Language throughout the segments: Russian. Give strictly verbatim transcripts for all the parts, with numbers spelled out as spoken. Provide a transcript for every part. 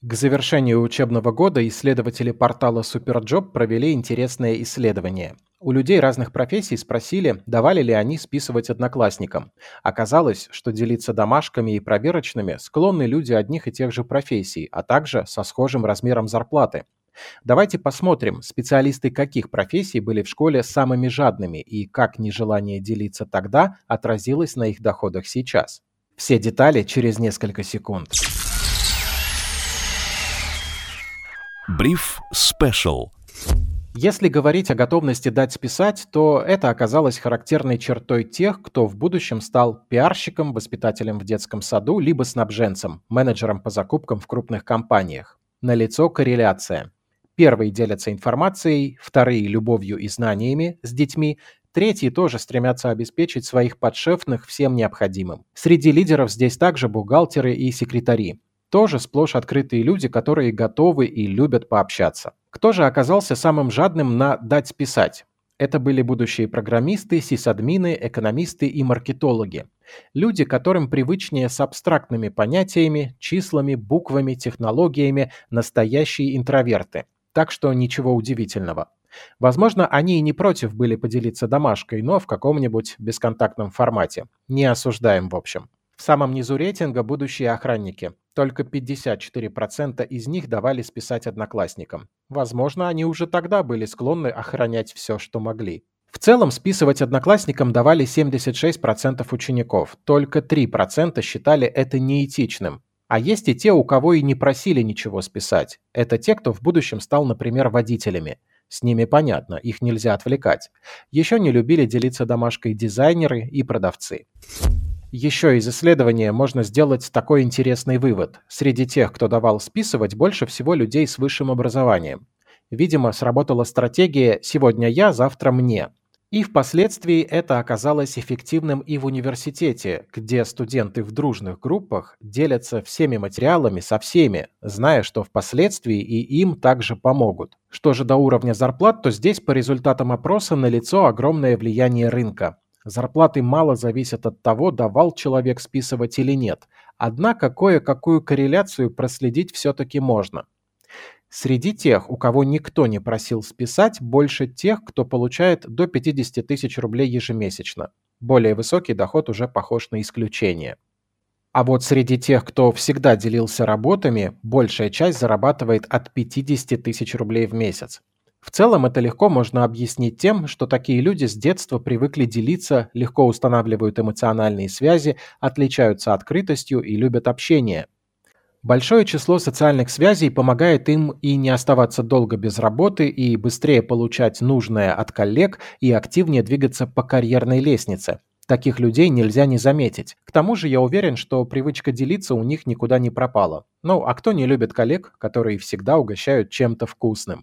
К завершению учебного года исследователи портала SuperJob провели интересное исследование. У людей разных профессий спросили, давали ли они списывать одноклассникам. Оказалось, что делиться домашками и проверочными склонны люди одних и тех же профессий, а также со схожим размером зарплаты. Давайте посмотрим, специалисты каких профессий были в школе самыми жадными и как нежелание делиться тогда отразилось на их доходах сейчас. Все детали через несколько секунд. Brief Special. Если говорить о готовности дать списать, то это оказалось характерной чертой тех, кто в будущем стал пиарщиком, воспитателем в детском саду, либо снабженцем, менеджером по закупкам в крупных компаниях. Налицо корреляция. Первые делятся информацией, вторые – любовью и знаниями с детьми, третьи тоже стремятся обеспечить своих подшефных всем необходимым. Среди лидеров здесь также бухгалтеры и секретари. Тоже сплошь открытые люди, которые готовы и любят пообщаться. Кто же оказался самым жадным на «дать списать»? Это были будущие программисты, сисадмины, экономисты и маркетологи. Люди, которым привычнее с абстрактными понятиями, числами, буквами, технологиями, настоящие интроверты. Так что ничего удивительного. Возможно, они и не против были поделиться домашкой, но в каком-нибудь бесконтактном формате. Не осуждаем, в общем. В самом низу рейтинга будущие охранники. Только пятьдесят четыре процента из них давали списать одноклассникам. Возможно, они уже тогда были склонны охранять все, что могли. В целом, списывать одноклассникам давали семьдесят шесть процентов учеников. Только три процента считали это неэтичным. А есть и те, у кого и не просили ничего списать. Это те, кто в будущем стал, например, водителями. С ними понятно, их нельзя отвлекать. Еще не любили делиться домашкой дизайнеры и продавцы. Еще из исследования можно сделать такой интересный вывод. Среди тех, кто давал списывать, больше всего людей с высшим образованием. Видимо, сработала стратегия «сегодня я, завтра мне». И впоследствии это оказалось эффективным и в университете, где студенты в дружных группах делятся всеми материалами со всеми, зная, что впоследствии и им также помогут. Что же до уровня зарплат, то здесь по результатам опроса налицо огромное влияние рынка. Зарплаты мало зависят от того, давал человек списывать или нет, однако кое-какую корреляцию проследить все-таки можно. Среди тех, у кого никто не просил списать, больше тех, кто получает до пятьдесят тысяч рублей ежемесячно. Более высокий доход уже похож на исключение. А вот среди тех, кто всегда делился работами, большая часть зарабатывает от пятьдесят тысяч рублей в месяц. В целом это легко можно объяснить тем, что такие люди с детства привыкли делиться, легко устанавливают эмоциональные связи, отличаются открытостью и любят общение. Большое число социальных связей помогает им и не оставаться долго без работы, и быстрее получать нужное от коллег, и активнее двигаться по карьерной лестнице. Таких людей нельзя не заметить. К тому же я уверен, что привычка делиться у них никуда не пропала. Ну, а кто не любит коллег, которые всегда угощают чем-то вкусным?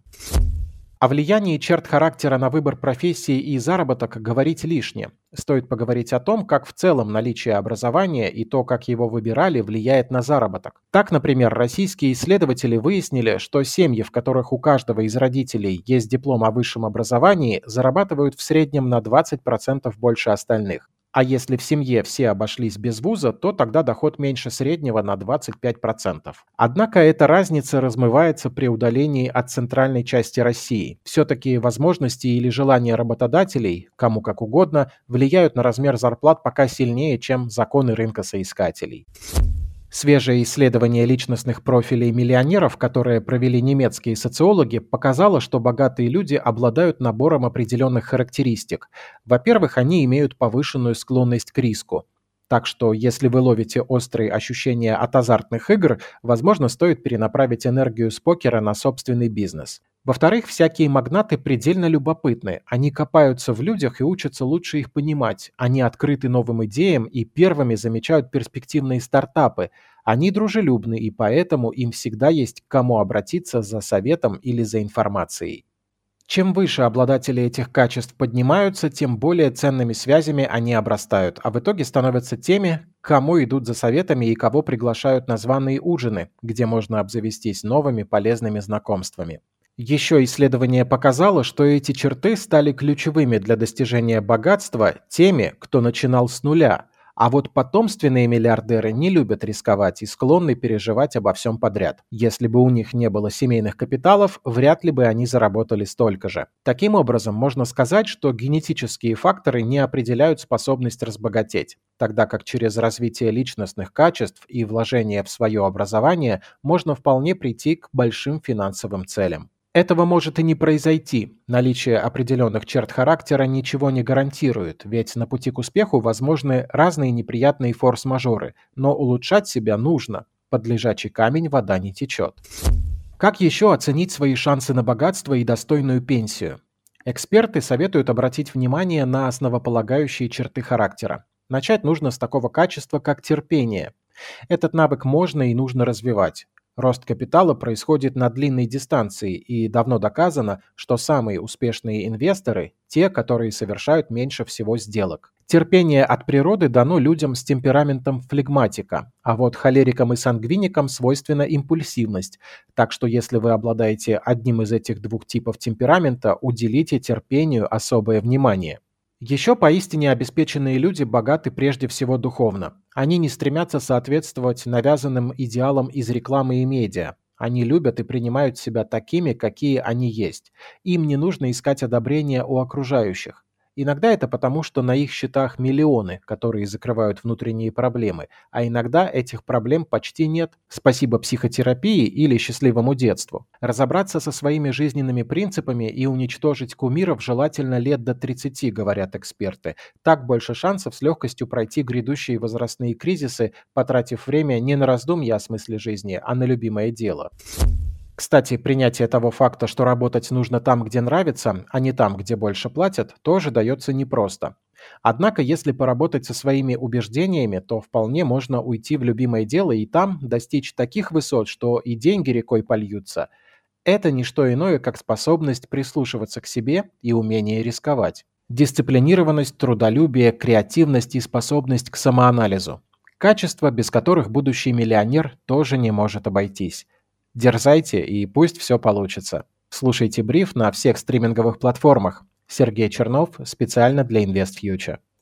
О влиянии черт характера на выбор профессии и заработок говорить лишнее. Стоит поговорить о том, как в целом наличие образования и то, как его выбирали, влияет на заработок. Так, например, российские исследователи выяснили, что семьи, в которых у каждого из родителей есть диплом о высшем образовании, зарабатывают в среднем на двадцать процентов больше остальных. А если в семье все обошлись без вуза, то тогда доход меньше среднего на двадцать пять процентов. Однако эта разница размывается при удалении от центральной части России. Все-таки возможности или желания работодателей, кому как угодно, влияют на размер зарплат пока сильнее, чем законы рынка соискателей. Свежее исследование личностных профилей миллионеров, которое провели немецкие социологи, показало, что богатые люди обладают набором определенных характеристик. Во-первых, они имеют повышенную склонность к риску. Так что, если вы ловите острые ощущения от азартных игр, возможно, стоит перенаправить энергию с покера на собственный бизнес. Во-вторых, всякие магнаты предельно любопытны. Они копаются в людях и учатся лучше их понимать. Они открыты новым идеям и первыми замечают перспективные стартапы. Они дружелюбны, и поэтому им всегда есть к кому обратиться за советом или за информацией. Чем выше обладатели этих качеств поднимаются, тем более ценными связями они обрастают, а в итоге становятся теми, к кому идут за советами и кого приглашают на званые ужины, где можно обзавестись новыми полезными знакомствами. Еще исследование показало, что эти черты стали ключевыми для достижения богатства теми, кто начинал с нуля, А вот потомственные миллиардеры не любят рисковать и склонны переживать обо всем подряд. Если бы у них не было семейных капиталов, вряд ли бы они заработали столько же. Таким образом, можно сказать, что генетические факторы не определяют способность разбогатеть, тогда как через развитие личностных качеств и вложение в свое образование можно вполне прийти к большим финансовым целям. Этого может и не произойти. Наличие определенных черт характера ничего не гарантирует, ведь на пути к успеху возможны разные неприятные форс-мажоры, но улучшать себя нужно. Под лежачий камень вода не течет. Как еще оценить свои шансы на богатство и достойную пенсию? Эксперты советуют обратить внимание на основополагающие черты характера. Начать нужно с такого качества, как терпение. Этот навык можно и нужно развивать. Рост капитала происходит на длинной дистанции, и давно доказано, что самые успешные инвесторы– те, которые совершают меньше всего сделок. Терпение от природы дано людям с темпераментом флегматика, а вот холерикам и сангвиникам свойственна импульсивность, так что если вы обладаете одним из этих двух типов темперамента, уделите терпению особое внимание. Еще поистине обеспеченные люди богаты прежде всего духовно. Они не стремятся соответствовать навязанным идеалам из рекламы и медиа. Они любят и принимают себя такими, какие они есть. Им не нужно искать одобрения у окружающих. Иногда это потому, что на их счетах миллионы, которые закрывают внутренние проблемы, а иногда этих проблем почти нет, спасибо психотерапии или счастливому детству. Разобраться со своими жизненными принципами и уничтожить кумиров желательно лет до тридцати, говорят эксперты. Так больше шансов с легкостью пройти грядущие возрастные кризисы, потратив время не на раздумья о смысле жизни, а на любимое дело. Кстати, принятие того факта, что работать нужно там, где нравится, а не там, где больше платят, тоже дается непросто. Однако, если поработать со своими убеждениями, то вполне можно уйти в любимое дело и там достичь таких высот, что и деньги рекой польются. Это не что иное, как способность прислушиваться к себе и умение рисковать. Дисциплинированность, трудолюбие, креативность и способность к самоанализу. Качества, без которых будущий миллионер тоже не может обойтись. Дерзайте, и пусть все получится. Слушайте бриф на всех стриминговых платформах. Сергей Чернов специально для InvestFuture.